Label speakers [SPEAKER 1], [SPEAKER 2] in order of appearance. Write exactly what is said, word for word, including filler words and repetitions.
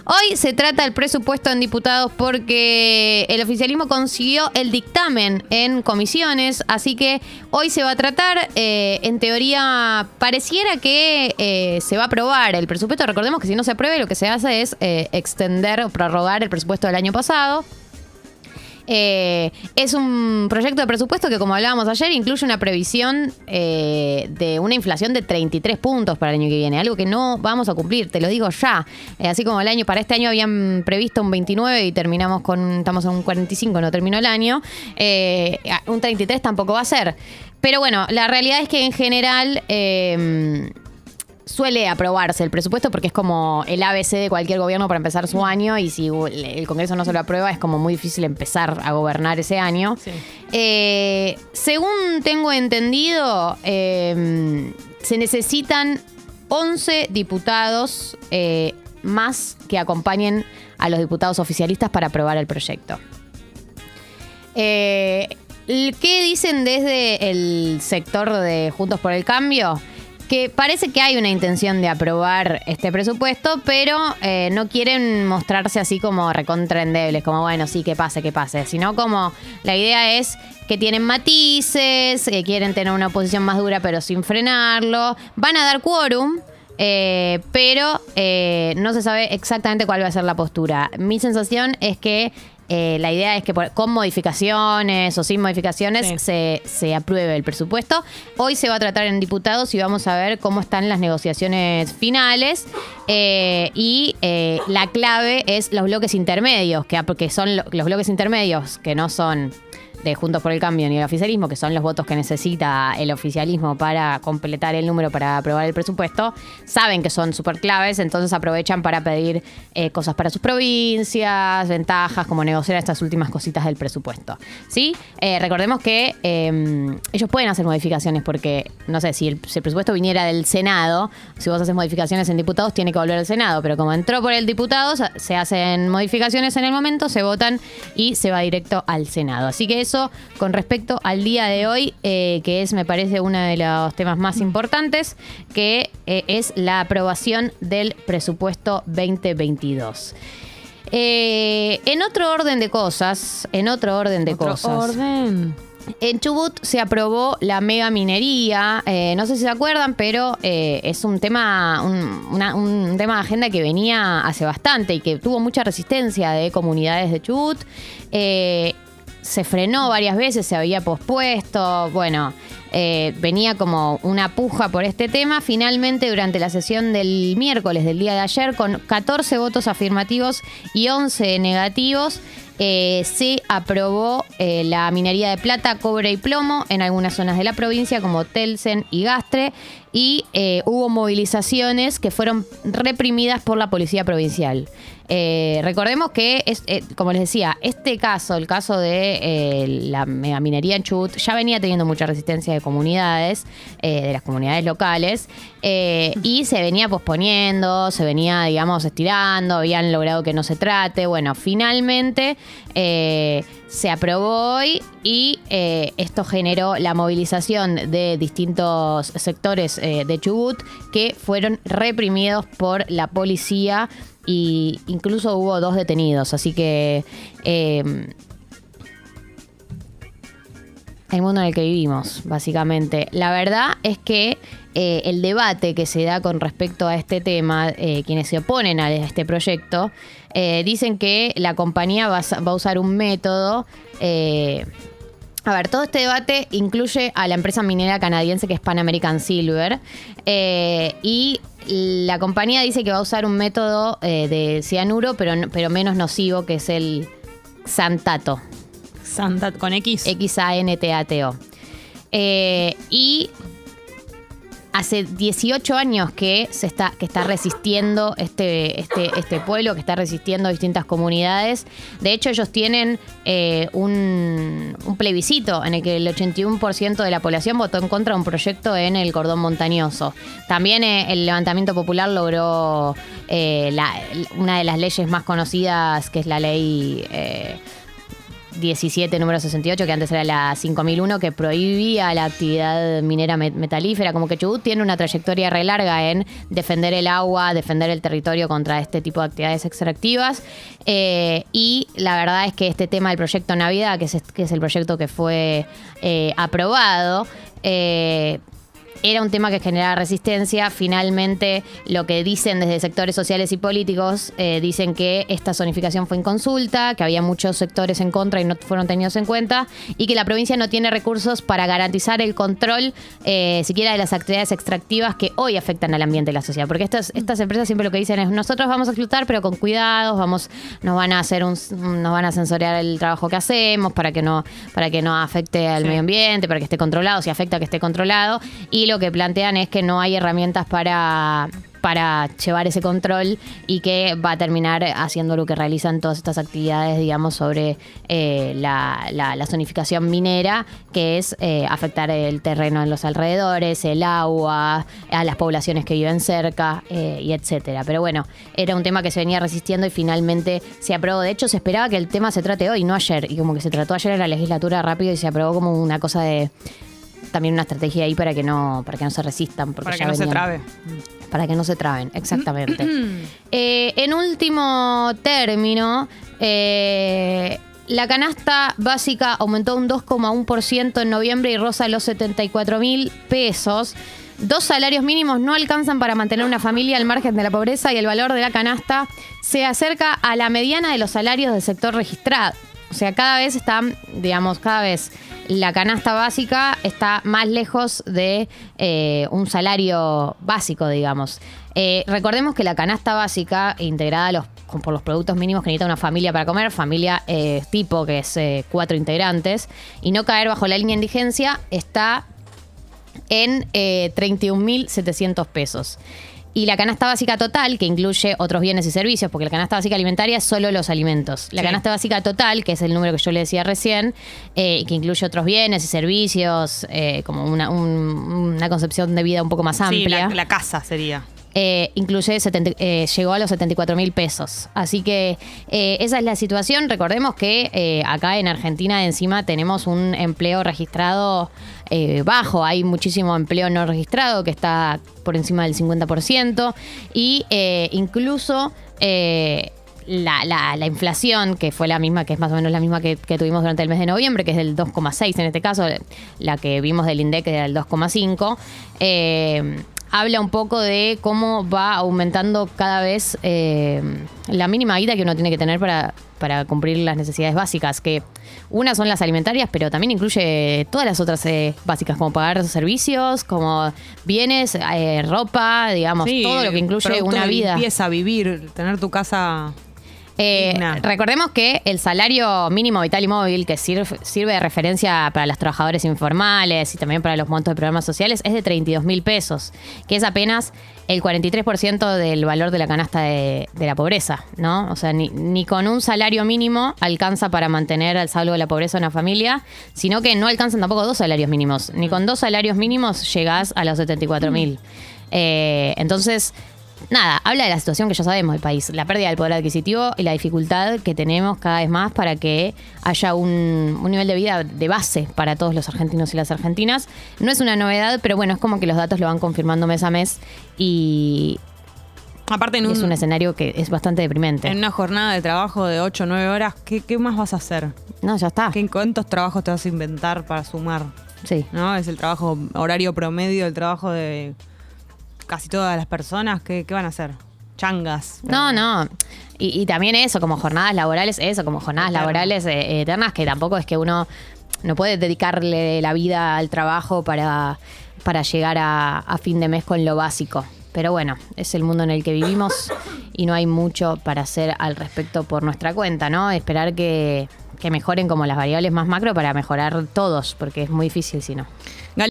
[SPEAKER 1] Hoy se trata el presupuesto en diputados porque el oficialismo consiguió el dictamen en comisiones, así que hoy se va a tratar. Eh, en teoría, pareciera que eh, se va a aprobar el presupuesto. Recordemos que si no se apruebe, lo que se hace es eh, extender o prorrogar el presupuesto del año pasado. Eh, es un proyecto de presupuesto que, como hablábamos ayer, incluye una previsión eh, de una inflación de treinta y tres puntos para el año que viene, algo que no vamos a cumplir, te lo digo ya. Eh, así como el año para este año habían previsto un veintinueve y terminamos con, estamos en un cuarenta y cinco, no terminó el año, eh, un treinta y tres tampoco va a ser. Pero bueno, la realidad es que en general Eh, suele aprobarse el presupuesto porque es como el A B C de cualquier gobierno para empezar su año, y si el Congreso no se lo aprueba es como muy difícil empezar a gobernar ese año. Sí. Eh, según tengo entendido, eh, se necesitan once diputados eh, más que acompañen a los diputados oficialistas para aprobar el proyecto. Eh, ¿Qué dicen desde el sector de Juntos por el Cambio? Que parece que hay una intención de aprobar este presupuesto, pero eh, no quieren mostrarse así como recontraendebles, como bueno, sí, que pase, que pase, sino como la idea es que tienen matices, que quieren tener una oposición más dura pero sin frenarlo. Van a dar quórum, eh, pero eh, no se sabe exactamente cuál va a ser la postura. Mi sensación es que Eh, la idea es que por, con modificaciones o sin modificaciones sí. se, se apruebe el presupuesto. Hoy se va a tratar en diputados y vamos a ver cómo están las negociaciones finales. Eh, y eh, la clave es los bloques intermedios, que, porque son lo, los bloques intermedios que no son de Juntos por el Cambio ni el oficialismo, que son los votos que necesita el oficialismo para completar el número para aprobar el presupuesto, saben que son súper claves, entonces aprovechan para pedir eh, cosas para sus provincias, ventajas, como negociar estas últimas cositas del presupuesto. ¿Sí? Eh, recordemos que eh, ellos pueden hacer modificaciones porque, no sé, si el, si el presupuesto viniera del Senado, si vos haces modificaciones en diputados, tiene que volver al Senado, pero como entró por el diputado, se hacen modificaciones en el momento, se votan y se va directo al Senado. Así que eso con respecto al día de hoy, eh, que es, me parece, uno de los temas más importantes, que eh, es la aprobación del presupuesto veinte veintidós. Eh, en otro orden de cosas, en otro orden de
[SPEAKER 2] ¿Otro
[SPEAKER 1] cosas.
[SPEAKER 2] orden?
[SPEAKER 1] En Chubut se aprobó la mega minería, eh, no sé si se acuerdan, pero eh, es un tema, un, una, un tema de agenda que venía hace bastante y que tuvo mucha resistencia de comunidades de Chubut. Eh, Se frenó varias veces, se había pospuesto, bueno, eh, venía como una puja por este tema. Finalmente, durante la sesión del miércoles del día de ayer, con catorce votos afirmativos y once negativos, eh, se aprobó eh, la minería de plata, cobre y plomo en algunas zonas de la provincia, como Telsen y Gastre, y eh, hubo movilizaciones que fueron reprimidas por la policía provincial. Eh, recordemos que, es, eh, como les decía, este caso, el caso de eh, la megaminería en Chubut, ya venía teniendo mucha resistencia de comunidades, eh, de las comunidades locales, eh, y se venía posponiendo, se venía, digamos, estirando, habían logrado que no se trate. Bueno, finalmente eh, se aprobó hoy y eh, esto generó la movilización de distintos sectores eh, de Chubut que fueron reprimidos por la policía. Y incluso hubo dos detenidos, así que eh, el mundo en el que vivimos, básicamente. La verdad es que eh, el debate que se da con respecto a este tema, eh, quienes se oponen a este proyecto, eh, dicen que la compañía va a, va a usar un método. Eh, A ver, todo este debate incluye a la empresa minera canadiense que es Pan American Silver, eh, y la compañía dice que va a usar un método eh, de cianuro, pero, pero menos nocivo, que es el xantato.
[SPEAKER 2] Xantato, con X.
[SPEAKER 1] X A N T A T O. Eh, y hace dieciocho años que se está, que está resistiendo este, este, este pueblo, que está resistiendo distintas comunidades. De hecho, ellos tienen eh, un, un plebiscito en el que el ochenta y uno por ciento de la población votó en contra de un proyecto en el cordón montañoso. También eh, el levantamiento popular logró eh, la, una de las leyes más conocidas, que es la ley... Eh, diecisiete, número sesenta y ocho, que antes era la cinco mil uno, que prohibía la actividad minera metalífera. Como que Chubut tiene una trayectoria re larga en defender el agua, defender el territorio contra este tipo de actividades extractivas. Eh, y la verdad es que este tema del proyecto Navidad, que es, que es el proyecto que fue eh, aprobado, eh, era un tema que generaba resistencia. Finalmente, lo que dicen desde sectores sociales y políticos, eh, dicen que esta zonificación fue en consulta, que había muchos sectores en contra y no fueron tenidos en cuenta, y que la provincia no tiene recursos para garantizar el control, eh, siquiera de las actividades extractivas que hoy afectan al ambiente y la sociedad. Porque estas, estas empresas siempre lo que dicen es: nosotros vamos a explotar, pero con cuidados, vamos, nos van a hacer un, nos van a censurar el trabajo que hacemos para que no, para que no afecte al sí. medio ambiente, para que esté controlado, si afecta que esté controlado. Y lo que plantean es que no hay herramientas para, para llevar ese control, y que va a terminar haciendo lo que realizan todas estas actividades, digamos, sobre eh, la, la, la zonificación minera, que es eh, afectar el terreno en los alrededores, el agua, a las poblaciones que viven cerca, eh, y etcétera. Pero bueno, era un tema que se venía resistiendo y finalmente se aprobó. De hecho, se esperaba que el tema se trate hoy, no ayer, y como que se trató ayer en la legislatura rápido y se aprobó como una cosa de... También una estrategia ahí para que no, para que no se resistan. Porque
[SPEAKER 2] para
[SPEAKER 1] ya
[SPEAKER 2] que no
[SPEAKER 1] venían,
[SPEAKER 2] se trabe.
[SPEAKER 1] Para que no se traben, exactamente. eh, en último término, eh, la canasta básica aumentó un dos coma uno por ciento en noviembre y roza los setenta y cuatro mil pesos. Dos salarios mínimos no alcanzan para mantener una familia al margen de la pobreza, y el valor de la canasta se acerca a la mediana de los salarios del sector registrado. O sea, cada vez está, digamos, cada vez la canasta básica está más lejos de eh, un salario básico, digamos. Eh, recordemos que la canasta básica, integrada a los, por los productos mínimos que necesita una familia para comer, familia eh, tipo, que es eh, cuatro integrantes, y no caer bajo la línea de indigencia, está en eh, treinta y un mil setecientos pesos. Y la canasta básica total, que incluye otros bienes y servicios, porque la canasta básica alimentaria es solo los alimentos. La sí. canasta básica total, que es el número que yo le decía recién, eh, que incluye otros bienes y servicios, eh, como una, un, una concepción de vida un poco más amplia.
[SPEAKER 2] Sí, la, la casa sería.
[SPEAKER 1] Eh, incluye setenta, eh, llegó a los setenta y cuatro mil pesos. Así que eh, esa es la situación. Recordemos que eh, acá en Argentina encima tenemos un empleo registrado eh, bajo. Hay muchísimo empleo no registrado que está por encima del cincuenta por ciento, y eh, incluso eh, la, la, la inflación, que fue la misma, que es más o menos la misma que, que tuvimos durante el mes de noviembre, que es del dos coma seis en este caso, la que vimos del INDEC era el dos coma cinco, eh, habla un poco de cómo va aumentando cada vez eh, la mínima guita que uno tiene que tener para, para cumplir las necesidades básicas, que una son las alimentarias, pero también incluye todas las otras eh, básicas, como pagar servicios, como bienes, eh, ropa, digamos, sí, todo lo que incluye una vida.
[SPEAKER 2] Empieza a vivir, tener tu casa...
[SPEAKER 1] Eh, recordemos que el salario mínimo vital y móvil, que sirve, sirve de referencia para los trabajadores informales y también para los montos de programas sociales, es de treinta y dos mil pesos, que es apenas el cuarenta y tres por ciento del valor de la canasta de, de la pobreza, ¿no? O sea, ni, ni con un salario mínimo alcanza para mantener al salvo de la pobreza una familia, sino que no alcanzan tampoco dos salarios mínimos. Ni con dos salarios mínimos llegás a los setenta y cuatro mil. Eh, entonces... Nada, habla de la situación que ya sabemos del país, la pérdida del poder adquisitivo y la dificultad que tenemos cada vez más para que haya un, un nivel de vida de base para todos los argentinos y las argentinas. No es una novedad, pero bueno, es como que los datos lo van confirmando mes a mes, y aparte en un, es un escenario que es bastante deprimente.
[SPEAKER 2] En una jornada de trabajo de ocho o nueve horas, ¿qué, ¿qué más vas a hacer?
[SPEAKER 1] No, ya está.
[SPEAKER 2] ¿Qué, ¿Cuántos trabajos te vas a inventar para sumar?
[SPEAKER 1] Sí.
[SPEAKER 2] ¿No? Es el trabajo horario promedio, el trabajo de... casi todas las personas, ¿qué, qué van a hacer? Changas.
[SPEAKER 1] No, no. Y, y también eso, como jornadas laborales, eso, como jornadas Eterno. laborales eh, eternas, que tampoco es que uno no puede dedicarle la vida al trabajo para, para llegar a, a fin de mes con lo básico. Pero bueno, es el mundo en el que vivimos y no hay mucho para hacer al respecto por nuestra cuenta, ¿no? Esperar que, que mejoren como las variables más macro para mejorar todos, porque es muy difícil si no.